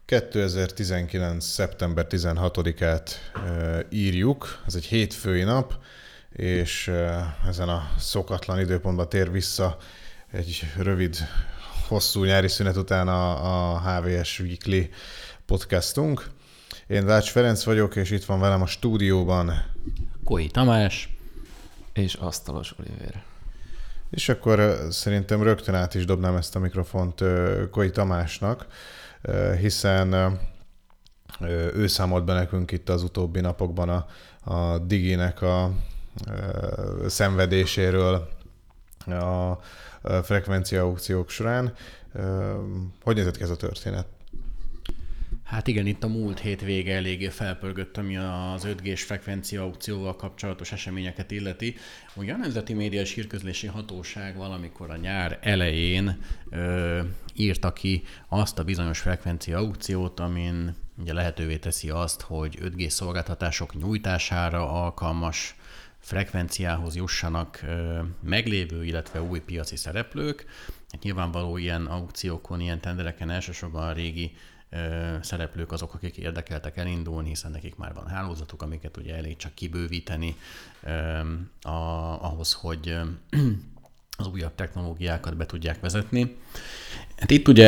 2019. szeptember 16-át írjuk, ez egy hétfői nap, és ezen a szokatlan időpontban tér vissza egy rövid, hosszú nyári szünet után a HVS Weekly podcastunk. Én Dács Ferenc vagyok, és itt van velem a stúdióban Koi Tamás és Asztalos Olivér. És akkor szerintem rögtön át is dobnám ezt a mikrofont Koi Tamásnak, hiszen ő számolt be nekünk itt az utóbbi napokban a Diginek a szenvedéséről a frekvencia aukciók során. Hogy nézett ki ez a történet? Hát igen, itt a múlt hétvége eléggé felpörgött, ami az 5G-s frekvencia aukcióval kapcsolatos eseményeket illeti. Ugye a Nemzeti Média és Hírközlési Hatóság valamikor a nyár elején írta ki azt a bizonyos frekvencia aukciót, amin ugye lehetővé teszi azt, hogy 5G szolgáltatások nyújtására alkalmas frekvenciához jussanak meglévő, illetve új piaci szereplők. Hát nyilvánvaló ilyen aukciókon, ilyen tendereken elsősorban a régi szereplők azok, akik érdekeltek elindulni, hiszen nekik már van hálózatuk, amiket ugye elég csak kibővíteni ahhoz, hogy az újabb technológiákat be tudják vezetni. Hát itt ugye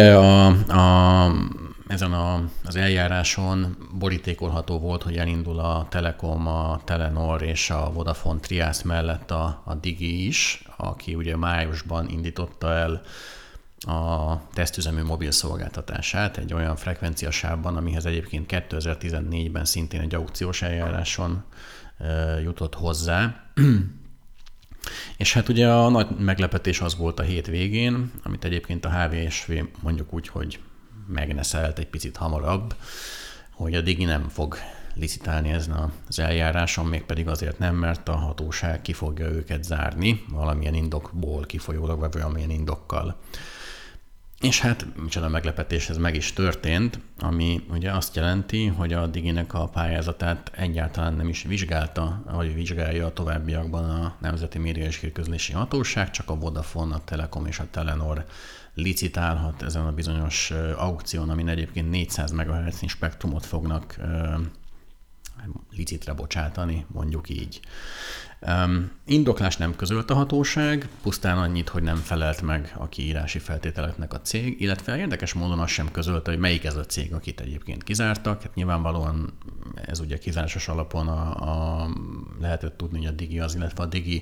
ezen az eljáráson borítékolható volt, hogy elindul a Telekom, a Telenor és a Vodafone Triász mellett a Digi is, aki ugye májusban indította el a tesztüzemű mobil szolgáltatását egy olyan frekvenciasávban, amihez egyébként 2014-ben szintén egy aukciós eljáráson jutott hozzá. És hát ugye a nagy meglepetés az volt a hétvégén, amit egyébként a HVSV mondjuk úgy, hogy megneszelt egy picit hamarabb, hogy a Digi nem fog licitálni ezen az eljáráson, mégpedig azért nem, mert a hatóság ki fogja őket zárni, valamilyen indokból kifolyólag, vagy valamilyen indokkal. És hát micsoda meglepetés, ez meg is történt, ami ugye azt jelenti, hogy a Diginek a pályázatát egyáltalán nem is vizsgálta, vagy vizsgálja a továbbiakban a Nemzeti Média és Hírközlési Hatóság, csak a Vodafone, a Telekom és a Telenor licitálhat ezen a bizonyos aukción, amin egyébként 400 MHz-nyi spektrumot fognak licitre bocsátani, mondjuk így. Indoklást nem közölt a hatóság, pusztán annyit, hogy nem felelt meg a kiírási feltételeknek a cég, illetve érdekes módon azt sem közölte, hogy melyik ez a cég, akit egyébként kizártak. Hát nyilvánvalóan ez ugye kizárásos alapon lehetett tudni, hogy a Digi az, illetve a Digi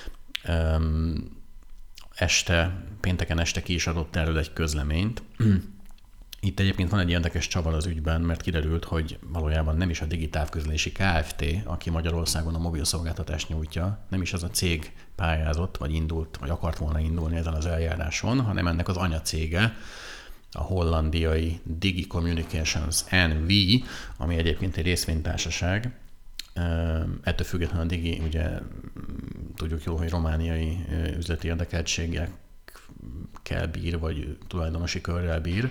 pénteken este ki is adott erről egy közleményt. Itt egyébként van egy érdekes csavar az ügyben, mert kiderült, hogy valójában nem is a Digi Távközlési Kft., aki Magyarországon a mobil szolgáltatást nyújtja, nem is az a cég pályázott, vagy indult, vagy akart volna indulni ezen az eljáráson, hanem ennek az anyacége, a hollandiai Digi Communications NV, ami egyébként egy részvénytársaság. Ettől függetlenül a Digi, ugye tudjuk jól, hogy romániai üzleti érdekeltségekkel bír, vagy tulajdonosi körrel bír.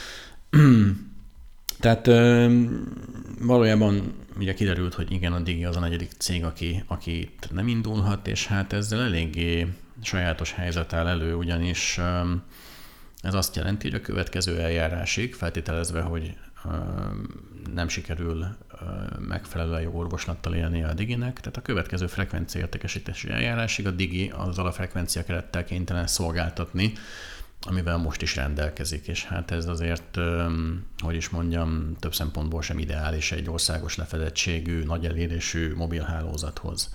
Tehát valójában ugye kiderült, hogy igen, a Digi az a negyedik cég, aki itt nem indulhat, és hát ezzel eléggé sajátos helyzet áll elő, ugyanis ez azt jelenti, hogy a következő eljárásig, feltételezve, hogy nem sikerül megfelelően jó orvoslattal élni a Diginek, tehát a következő frekvenciaértékesítési eljárásig a Digi azzal a frekvenciakerettel kénytelen szolgáltatni, amivel most is rendelkezik, és hát ez azért, hogy is mondjam, több szempontból sem ideális egy országos lefedettségű, nagy elérésű mobilhálózathoz.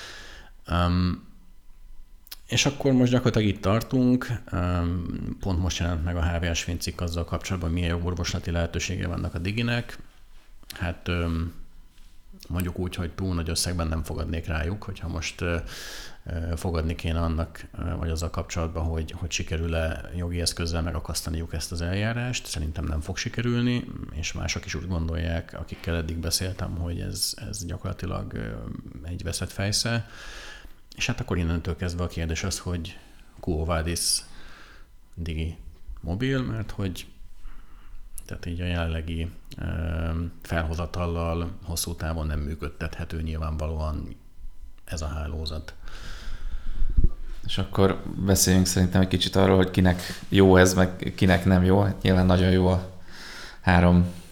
És akkor most gyakorlatilag itt tartunk, pont most jelent meg a HVS cikk azzal kapcsolatban, hogy milyen jogorvoslati lehetősége vannak a Diginek. Hát mondjuk úgy, hogy túl nagy összegben nem fogadnék rájuk, hogyha most fogadni kéne annak, vagy azzal kapcsolatban, hogy sikerül-e jogi eszközzel megakasztaniuk ezt az eljárást. Szerintem nem fog sikerülni, és mások is úgy gondolják, akikkel eddig beszéltem, hogy ez gyakorlatilag egy veszett fejsze. És hát akkor innentől kezdve a kérdés az, hogy quo vadis Digi mobil, mert hogy tehát így a jelenlegi felhozatallal hosszú távon nem működtethető nyilvánvalóan ez a hálózat. És akkor beszéljünk szerintem egy kicsit arról, hogy kinek jó ez, meg kinek nem jó. Hát nyilván nagyon jó a három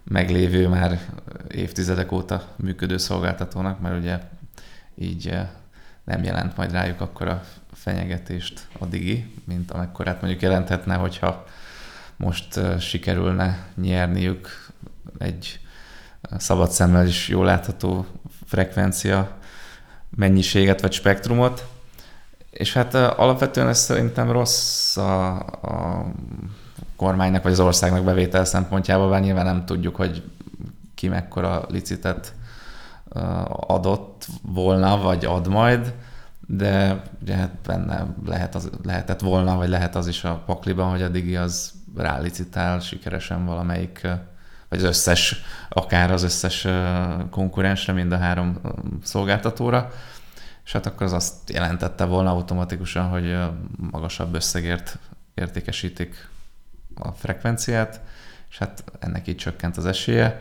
meglévő, már évtizedek óta működő szolgáltatónak, mert ugye így nem jelent majd rájuk akkora fenyegetést a Digi, mint amekkorát mondjuk jelenthetne, hogyha most sikerülne nyerniük egy szabad szemmel is jól látható frekvencia mennyiséget vagy spektrumot. És hát alapvetően ez szerintem rossz a kormánynak vagy az országnak bevétel szempontjából, bár nyilván nem tudjuk, hogy ki mekkora licitet adott volna, vagy ad majd, de ugye hát benne lehetett volna, vagy lehet az is a pakliban, hogy a Digi az rálicitál sikeresen valamelyik, vagy akár az összes konkurensre, mind a 3 szolgáltatóra, és hát akkor az azt jelentette volna automatikusan, hogy magasabb összegért értékesítik a frekvenciát, és hát ennek így csökkent az esélye.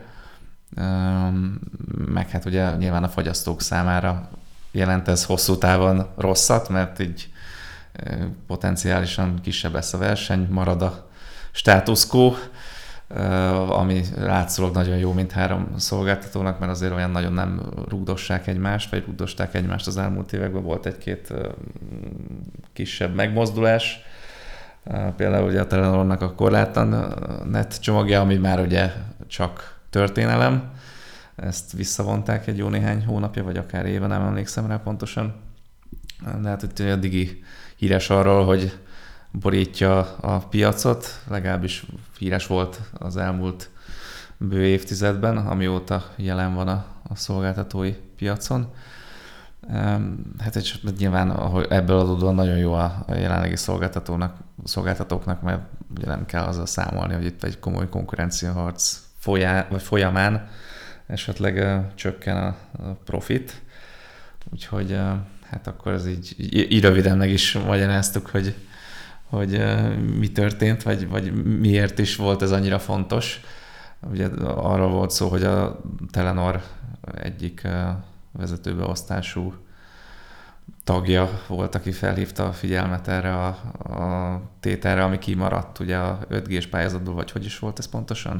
Meg hát ugye nyilván a fogyasztók számára jelent ez hosszú távon rosszat, mert így potenciálisan kisebb lesz a verseny, marad a status quo, ami látszólag nagyon jó, mint 3 szolgáltatónak, mert azért olyan nagyon nem rúgdossák egymást, vagy rúgdosták egymást az elmúlt években, volt egy-két kisebb megmozdulás. Például ugye a Telenornak a korlátlan net csomagja, ami már ugye csak történelem. Ezt visszavonták egy jó néhány hónapja, vagy akár éve, nem emlékszem rá pontosan. De hát ugye a Digi híres arról, hogy borítja a piacot, legalábbis híres volt az elmúlt bő évtizedben, amióta jelen van a szolgáltatói piacon. Hát és nyilván ebből adódóan nagyon jó a jelenlegi szolgáltatóknak, mert ugye nem kell azzal számolni, hogy itt egy komoly konkurenciaharc folyamán esetleg csökken a profit. Úgyhogy hát akkor ez így röviden meg is magyaráztuk, hogy mi történt, vagy miért is volt ez annyira fontos. Ugye arról volt szó, hogy a Telenor egyik vezetőbeosztású tagja volt, aki felhívta a figyelmet erre a tételre, ami kimaradt ugye a 5G-s pályázatból, vagy hogy is volt ez pontosan?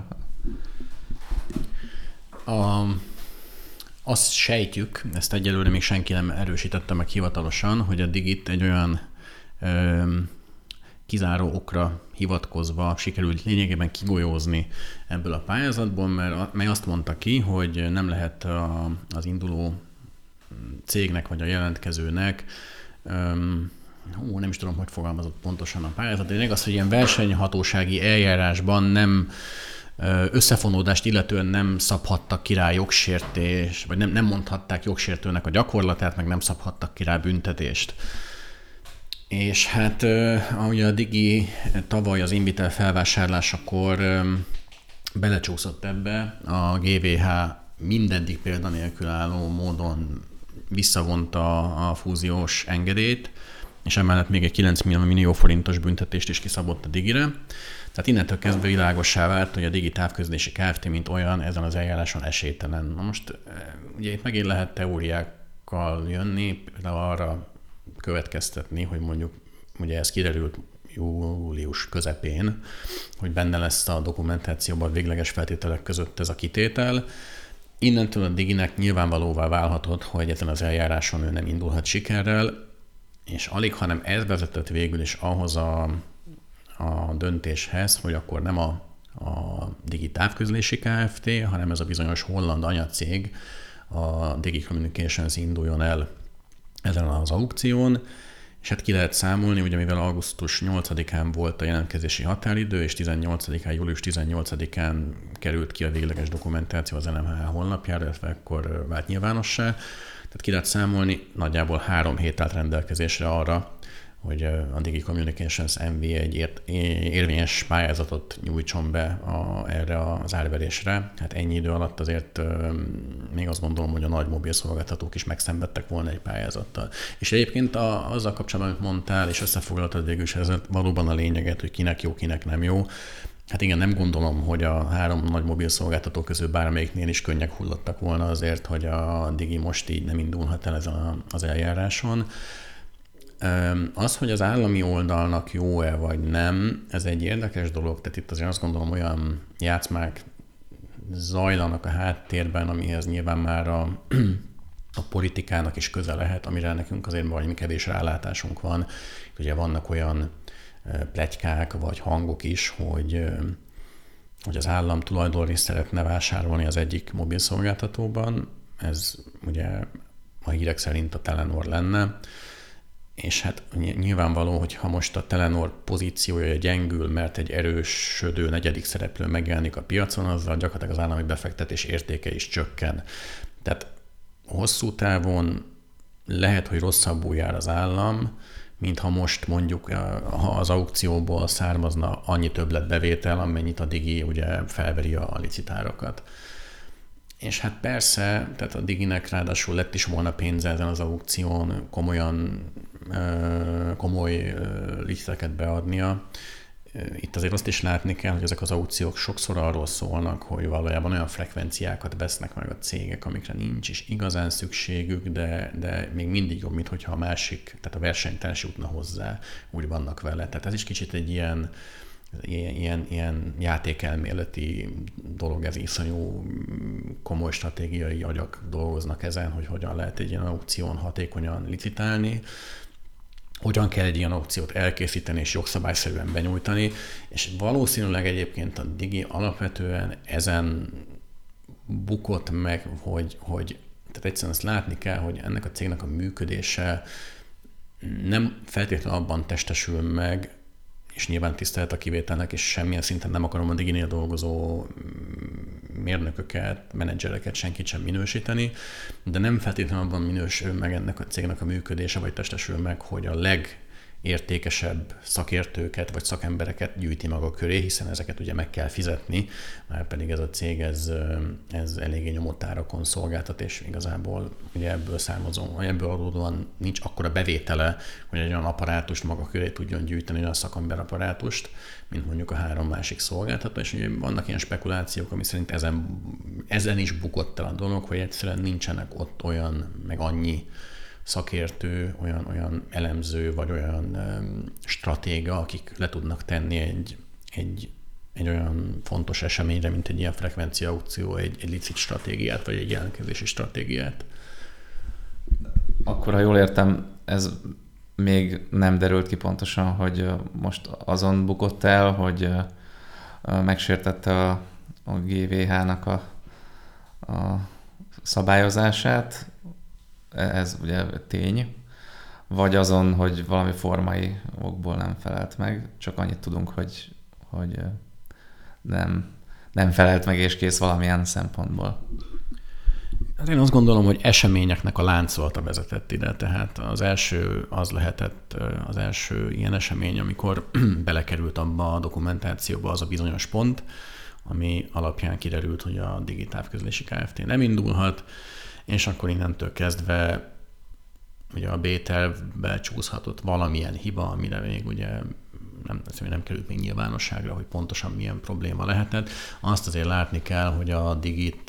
Azt sejtjük, ezt egyelőre még senki nem erősítette meg hivatalosan, hogy a Digit egy olyan kizáró okra hivatkozva sikerült lényegében kigolyózni ebből a pályázatból, mely azt mondta ki, hogy nem lehet az induló cégnek vagy a jelentkezőnek, nem is tudom, hogy fogalmazott pontosan a pályázat, de lényeg az, hogy ilyen versenyhatósági eljárásban nem összefonódást illetően nem szabhattak ki rá jogsértés, vagy nem mondhatták jogsértőnek a gyakorlatát, meg nem szabhattak ki rá büntetést. És hát ugye a Digi tavaly az Invitel felvásárlásakor belecsúszott ebbe, a GVH mindeddig példanélkül álló módon visszavonta a fúziós engedélyt, és emellett még egy 9 millió forintos büntetést is kiszabott a Digire. Tehát innentől kezdve világossá vált, hogy a Digi Távközlési Kft. Mint olyan ezen az eljáráson esélytelen. Na most ugye itt megint lehet teóriákkal jönni, például arra következtetni, hogy mondjuk ugye ez kiderült július közepén, hogy benne lesz a dokumentációban a végleges feltételek között ez a kitétel. Innentől a Diginek nyilvánvalóvá válhatott, hogy ezen az eljáráson ő nem indulhat sikerrel, és alig, hanem ez vezetett végül is ahhoz a döntéshez, hogy akkor nem a Digi Távközlési Kft., hanem ez a bizonyos holland anyacég, a Digi Communications induljon el ezen az aukción, és hát ki lehet számolni, ugye mivel augusztus 8-án volt a jelentkezési határidő, és július 18-án került ki a végleges dokumentáció az NMHH honlapjára, illetve akkor vált nyilvánossá. Tehát ki lehet számolni, nagyjából 3 hét állt rendelkezésre arra, hogy a Digi Communications MV egy érvényes pályázatot nyújtson be erre az árverésre. Hát ennyi idő alatt azért még azt gondolom, hogy a nagy mobil szolgáltatók is megszenvedtek volna egy pályázattal. És egyébként azzal kapcsolatban, amit mondtál, és összefoglaltad végül is ez valóban a lényeget, hogy kinek jó, kinek nem jó. Hát igen, nem gondolom, hogy a 3 nagy mobil szolgáltató közül bármelyiknél is könnyek hullottak volna azért, hogy a Digi most így nem indulhat el ezen az eljáráson. Az, hogy az állami oldalnak jó-e vagy nem, ez egy érdekes dolog, tehát itt azért azt gondolom olyan játszmák zajlanak a háttérben, amihez nyilván már a politikának is köze lehet, amire nekünk azért valami kevés rálátásunk van. Ugye vannak olyan pletykák vagy hangok is, hogy az állam tulajdonrészt szeretne vásárolni az egyik mobilszolgáltatóban. Ez ugye a hírek szerint a Telenor lenne. És hát nyilvánvaló, hogy ha most a Telenor pozíciója gyengül, mert egy erősödő negyedik szereplő megjelenik a piacon, azzal gyakorlatilag az állami befektetés értéke is csökken. Tehát hosszú távon lehet, hogy rosszabbul jár az állam, mint ha most mondjuk ha az aukcióból származna annyi többletbevétel, amennyit a Digi ugye felveri a licitárokat. És hát persze, tehát a Diginek ráadásul lett is volna pénze ezen az aukción komoly liciteket beadnia. Itt azért azt is látni kell, hogy ezek az aukciók sokszor arról szólnak, hogy valójában olyan frekvenciákat vesznek meg a cégek, amikre nincs is igazán szükségük, de még mindig jobb, mint hogyha a másik, tehát a versenytárs jutna hozzá, úgy vannak vele. Tehát ez is kicsit egy ilyen játékelméleti dolog, ez iszonyú komoly stratégiai agyak dolgoznak ezen, hogy hogyan lehet egy ilyen aukción hatékonyan licitálni, hogyan kell egy ilyen aukciót elkészíteni és jogszabályszerűen benyújtani, és valószínűleg egyébként a Digi alapvetően ezen bukott meg, hogy tehát egyszerűen azt látni kell, hogy ennek a cégnek a működése nem feltétlenül abban testesül meg, és nyilván tisztelet a kivételnek, és semmilyen szinten nem akarom a Diginél dolgozó mérnököket, menedzsereket, senkit sem minősíteni, de nem feltétlenül abban minősül meg ennek a cégnek a működése, vagy testesül meg, hogy a legértékesebb szakértőket, vagy szakembereket gyűjti maga köré, hiszen ezeket ugye meg kell fizetni, már pedig ez a cég ez eléggé nyomott árakon szolgáltat, és igazából ugye ebből adódóan nincs akkora bevétele, hogy egy olyan apparátust maga köré tudjon gyűjteni, olyan szakemberapparátust, mint mondjuk a 3 másik szolgáltató, és ugye vannak ilyen spekulációk, ami szerint ezen is bukott el a dolog, hogy egyszerűen nincsenek ott olyan, meg annyi szakértő, olyan elemző, vagy olyan stratéga, akik le tudnak tenni egy olyan fontos eseményre, mint egy ilyen frekvencia aukció, egy licit stratégiát, vagy egy jelentkezési stratégiát. Akkor, ha jól értem, ez még nem derült ki pontosan, hogy most azon bukott el, hogy megsértette a GVH-nak a szabályozását, ez ugye tény, vagy azon, hogy valami formai okból nem felelt meg, csak annyit tudunk, hogy nem felelt meg, és kész valamilyen szempontból. Hát én azt gondolom, hogy eseményeknek a láncolata vezetett ide, tehát az első ilyen esemény, amikor belekerült abba a dokumentációba az a bizonyos pont, ami alapján kiderült, hogy a Digi Távközlési Kft. Nem indulhat, és akkor innentől kezdve ugye a B-tervbe csúszhatott valamilyen hiba, amire még ugye nem került még nyilvánosságra, hogy pontosan milyen probléma lehetett. Azt azért látni kell, hogy a Digit,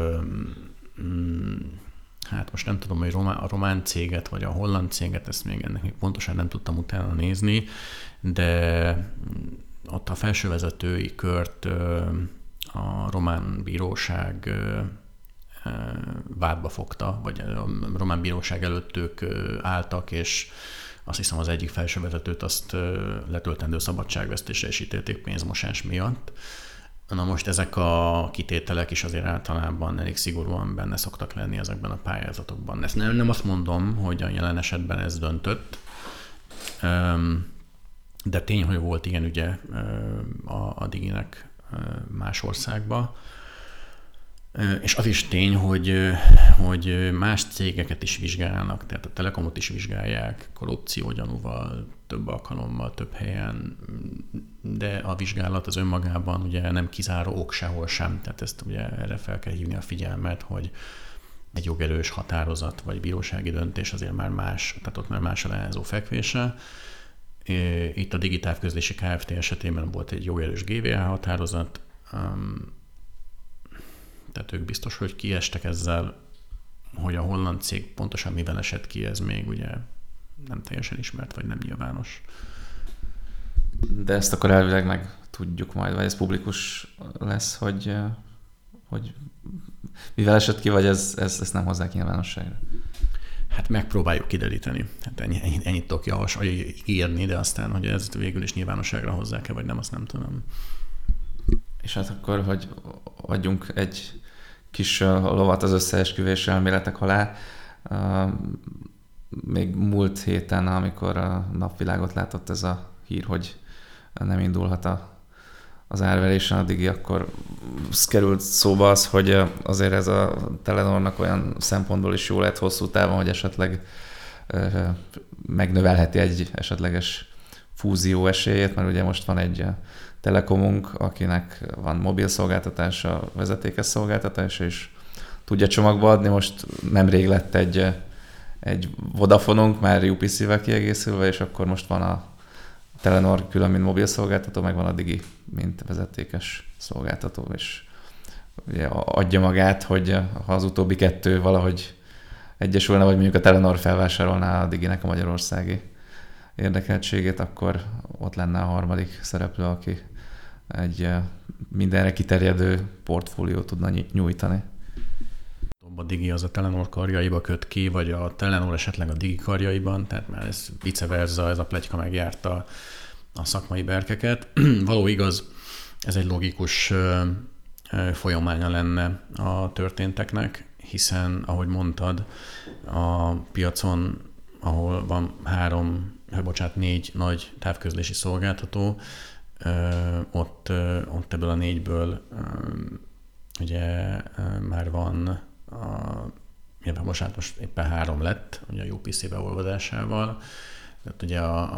hát most nem tudom, hogy a román céget, vagy a holland céget, ezt ennek még pontosan nem tudtam utána nézni, de ott a felsővezetői kört a román bíróság vádba fogta, vagy a román bíróság előtt ők álltak, és azt hiszem az egyik felsővezetőt azt letöltendő szabadságvesztésre is ítélték pénzmosás miatt. Na most ezek a kitételek is azért általában elég szigorúan benne szoktak lenni ezekben a pályázatokban. Ezt nem azt mondom, hogy a jelen esetben ez döntött, de tény, hogy volt ilyen ügye a Diginek más országba. És az is tény, hogy más cégeket is vizsgálnak, tehát a Telekomot is vizsgálják korrupciógyanúval, több alkalommal, több helyen, de a vizsgálat az önmagában ugye nem kizáró ok sehol sem, tehát ezt ugye erre fel kell hívni a figyelmet, hogy egy jogerős határozat vagy bírósági döntés azért már más, tehát ott már más a leányzó fekvése. Itt a Digi Távközlési Kft. Esetében volt egy jogerős GVH határozat, tehát ők biztos, hogy kiestek ezzel, hogy a holland cég pontosan mivel esett ki, ez még ugye nem teljesen ismert, vagy nem nyilvános. De ezt akkor elvileg meg tudjuk majd, vagy ez publikus lesz, hogy hogy mivel esett ki, vagy ezt nem hozzák nyilvánosságra? Hát megpróbáljuk kideríteni. Hát ennyit tudok írni, de aztán, hogy ezt végül is nyilvánosságra hozzák-e, vagy nem, azt nem tudom. És hát akkor, hogy adjunk egy kis lovat az összeesküvés elméletek alá. Még múlt héten, amikor a napvilágot látott ez a hír, hogy nem indulhat az árverésen a Digi, akkor került szóba az, hogy azért ez a Telenornak olyan szempontból is jó lehet hosszú távon, hogy esetleg megnövelheti egy esetleges fúzió esélyét, mert ugye most van egy Telekomunk, akinek van mobil szolgáltatása, vezetékes szolgáltatása, és tudja csomagba adni. Most nemrég lett egy Vodafonunk, már UPC-vel kiegészülve, és akkor most van a Telenor külön, mint mobil szolgáltató, meg van a Digi, mint vezetékes szolgáltató, és ugye adja magát, hogy ha az utóbbi kettő valahogy egyesülne, vagy mondjuk a Telenor felvásárolná a Diginek a magyarországi érdekeltségét, akkor ott lenne a harmadik szereplő, aki egy mindenre kiterjedő portfóliót tudna nyújtani. A Digi az a Telenor karjaiba köt ki, vagy a Telenor esetleg a Digi karjaiban, tehát már ez vice versa, ez a pletyka megjárta a szakmai berkeket. Való igaz, ez egy logikus folyamánya lenne a történteknek, hiszen, ahogy mondtad, a piacon, ahol van 4 nagy távközlési szolgáltató, ott ebből a 4-ből ugye már van most éppen 3 lett, ugye a UPC beolvadásával, tehát ugye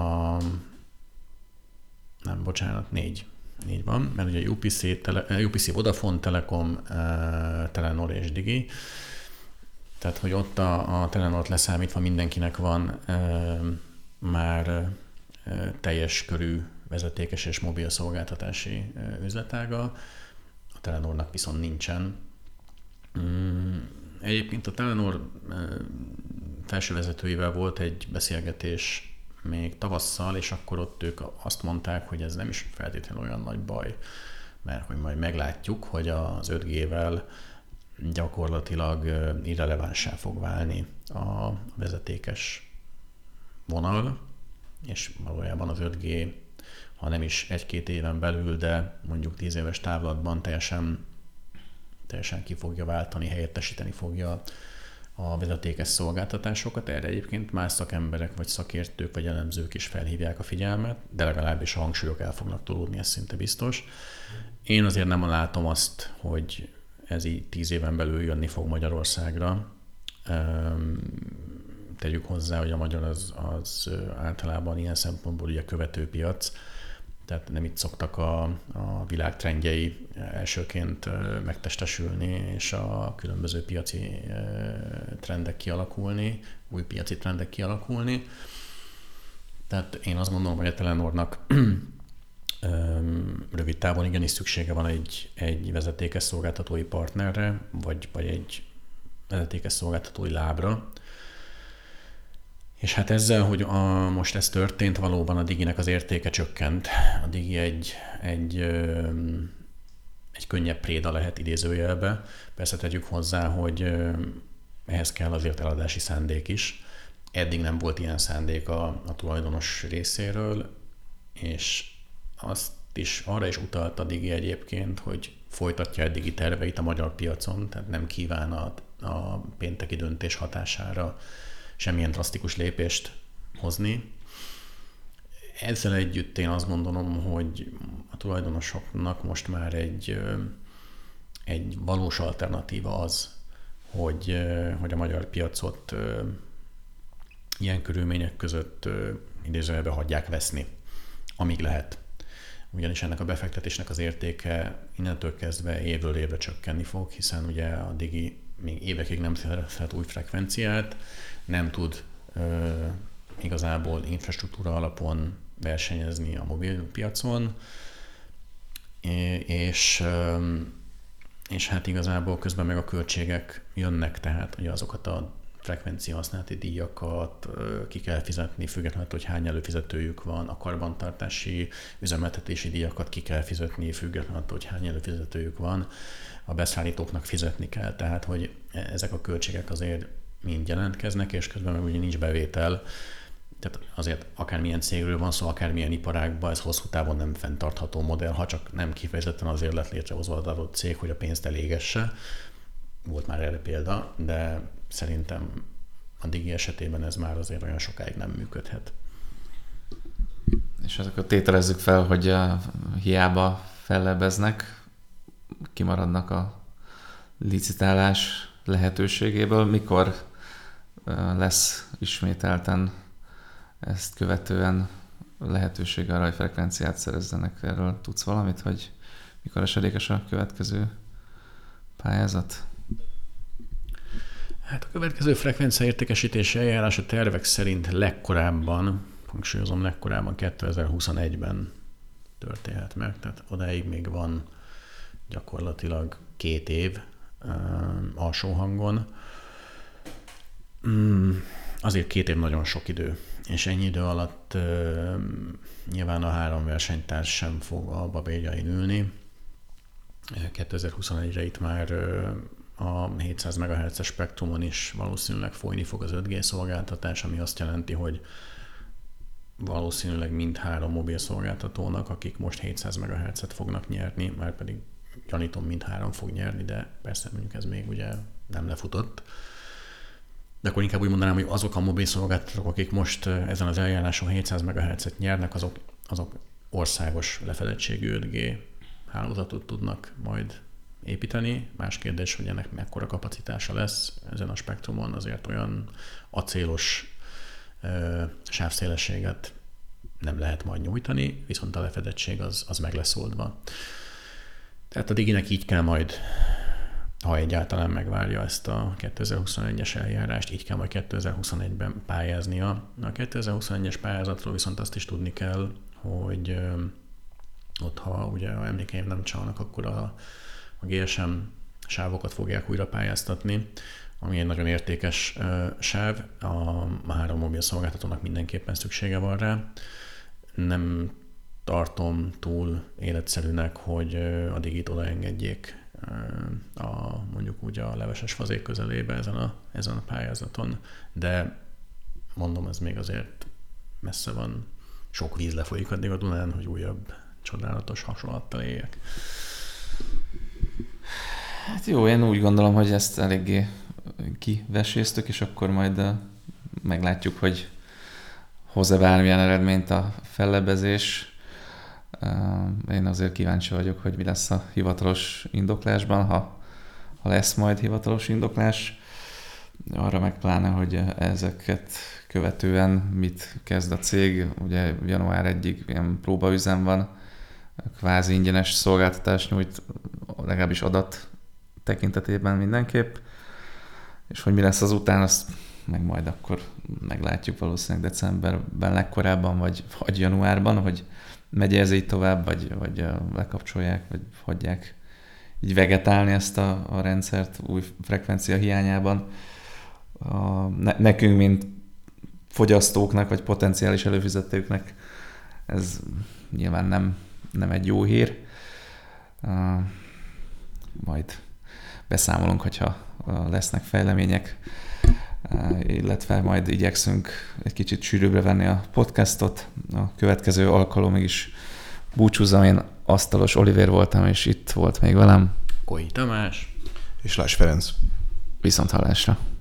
négy van, mert ugye UPC, Vodafone, Telekom, Telenor és Digi, tehát hogy ott a Telenort leszámítva mindenkinek van már teljes körű vezetékes és mobil szolgáltatási üzletága, a Telenornak viszont nincsen. Egyébként a Telenor felsővezetőivel volt egy beszélgetés még tavasszal, és akkor ott ők azt mondták, hogy ez nem is feltétlenül olyan nagy baj, mert hogy majd meglátjuk, hogy az 5G-vel gyakorlatilag irrelevánsá fog válni a vezetékes vonal, és valójában az 5G, ha nem is 1-2 éven belül, de mondjuk 10 éves távlatban teljesen ki fogja váltani, helyettesíteni fogja a vezetékes szolgáltatásokat. Erre egyébként más szakemberek, vagy szakértők, vagy elemzők is felhívják a figyelmet, de legalábbis a hangsúlyok el fognak tolódni, ez szinte biztos. Én azért nem látom azt, hogy ez így 10 éven belül jönni fog Magyarországra. Tegyük hozzá, hogy a magyar az általában ilyen szempontból ugye követőpiac, tehát nem itt szoktak a világ trendjei elsőként megtestesülni, és a különböző piaci trendek kialakulni, új piaci trendek kialakulni. Tehát én azt gondolom, hogy a Telenornak rövid távon igenis szüksége van egy vezetékes szolgáltatói partnerre, vagy egy vezetékes szolgáltatói lábra. És hát ezzel, hogy most ez történt, valóban a Diginek az értéke csökkent. A Digi egy könnyebb préda lehet idézőjelbe. Persze tegyük hozzá, hogy ehhez kell azért eladási szándék is. Eddig nem volt ilyen szándék a tulajdonos részéről, és arra is utalt a Digi egyébként, hogy folytatja eddigi terveit a magyar piacon, tehát nem kíván a pénteki döntés hatására semmilyen drasztikus lépést hozni. Ezzel együtt én azt gondolom, hogy a tulajdonosoknak most már egy valós alternatíva az, hogy a magyar piacot ilyen körülmények között idézőjelben hagyják veszni, amíg lehet. Ugyanis ennek a befektetésnek az értéke innentől kezdve évről évre csökkenni fog, hiszen ugye a Digi még évekig nem szerezhet új frekvenciát, nem tud igazából infrastruktúra alapon versenyezni a mobilpiacon, és hát igazából közben meg a költségek jönnek, tehát ugye azokat a frekvencia használati díjakat ki kell fizetni, függetlenül, hogy hány előfizetőjük van, a karbantartási, üzemeltetési díjakat ki kell fizetni, függetlenül, hogy hány előfizetőjük van, a beszállítóknak fizetni kell, tehát hogy ezek a költségek azért mind jelentkeznek, és közben meg ugye nincs bevétel, tehát azért akármilyen cégről van szó, akármilyen iparágban, ez hosszú távon nem fenntartható modell, ha csak nem kifejezetten azért lett létrehozva az adott cég, hogy a pénzt elégesse. Volt már erre példa, de szerintem a Digi esetében ez már azért olyan sokáig nem működhet. És akkor tételezzük fel, hogy hiába fellebeznek, kimaradnak a licitálás lehetőségéből. Mikor lesz ismételten ezt követően lehetőség arra, hogy frekvenciát szerezzenek? Erről tudsz valamit, hogy mikor esedékes a következő pályázat? Hát a következő frekvenciaértékesítési eljárás a tervek szerint legkorábban, hangsúlyozom legkorábban 2021-ben történhet meg, tehát odáig még van gyakorlatilag 2 év alsó hangon. Azért 2 év nagyon sok idő, és ennyi idő alatt nyilván a 3 versenytárs sem fog a babérjain ülni. 2021-re itt már a 700 MHz-es spektrumon is valószínűleg folyni fog az 5G szolgáltatás, ami azt jelenti, hogy valószínűleg mind 3 mobil szolgáltatónak, akik most 700 MHz-et fognak nyerni, már pedig gyanítom, mind 3 fog nyerni, de persze mondjuk ez még ugye nem lefutott. De akkor inkább úgy mondanám, hogy azok a mobil szolgáltatók, akik most ezen az eljáráson 700 MHz-et nyernek, azok országos lefedettségű 5G hálózatot tudnak majd építeni. Más kérdés, hogy ennek mekkora kapacitása lesz ezen a spektrumon, azért olyan acélos sávszélességet nem lehet majd nyújtani, viszont a lefedettség az meg lesz oldva. Tehát a Diginek így kell majd, ha egyáltalán megvárja ezt a 2021-es eljárást, így kell majd 2021-ben pályáznia. A 2021-es pályázatról viszont azt is tudni kell, hogy ott, ha ugye a emlékeim nem csalnak, akkor a GSM sávokat fogják újra pályáztatni, ami egy nagyon értékes sáv. A 3 mobil szolgáltatónak mindenképpen szüksége van rá. Nem tartom túl életszerűnek, hogy a Digit odaengedjék mondjuk úgy a leveses fazék közelébe ezen a pályázaton, de mondom, ez még azért messze van. Sok víz lefolyik addig a Dunán, hogy újabb csodálatos hasonlattal éljek. Hát jó, én úgy gondolom, hogy ezt eléggé kiveséztük, és akkor majd meglátjuk, hogy hoz-e bármilyen eredményt a fellebezés. Én azért kíváncsi vagyok, hogy mi lesz a hivatalos indoklásban, ha lesz majd hivatalos indoklás. Arra meg pláne, hogy ezeket követően mit kezd a cég. Ugye január 1-ig ilyen próbaüzem van, kvázi ingyenes szolgáltatást nyújt, legalábbis adat tekintetében mindenképp. És hogy mi lesz azután, azt meg majd akkor meglátjuk valószínűleg decemberben legkorábban, vagy januárban, hogy megy ez így tovább, vagy lekapcsolják, vagy hagyják így vegetálni ezt a rendszert új frekvencia hiányában. Nekünk, mint fogyasztóknak, vagy potenciális előfizetőknek ez nyilván nem egy jó hír. Majd beszámolunk, hogyha lesznek fejlemények, illetve majd igyekszünk egy kicsit sűrűbbre venni a podcastot. A következő alkalomig is búcsúzzam, én Asztalos Olivér voltam, és itt volt még velem Koi Tamás és Lász Ferenc. Viszonthallásra.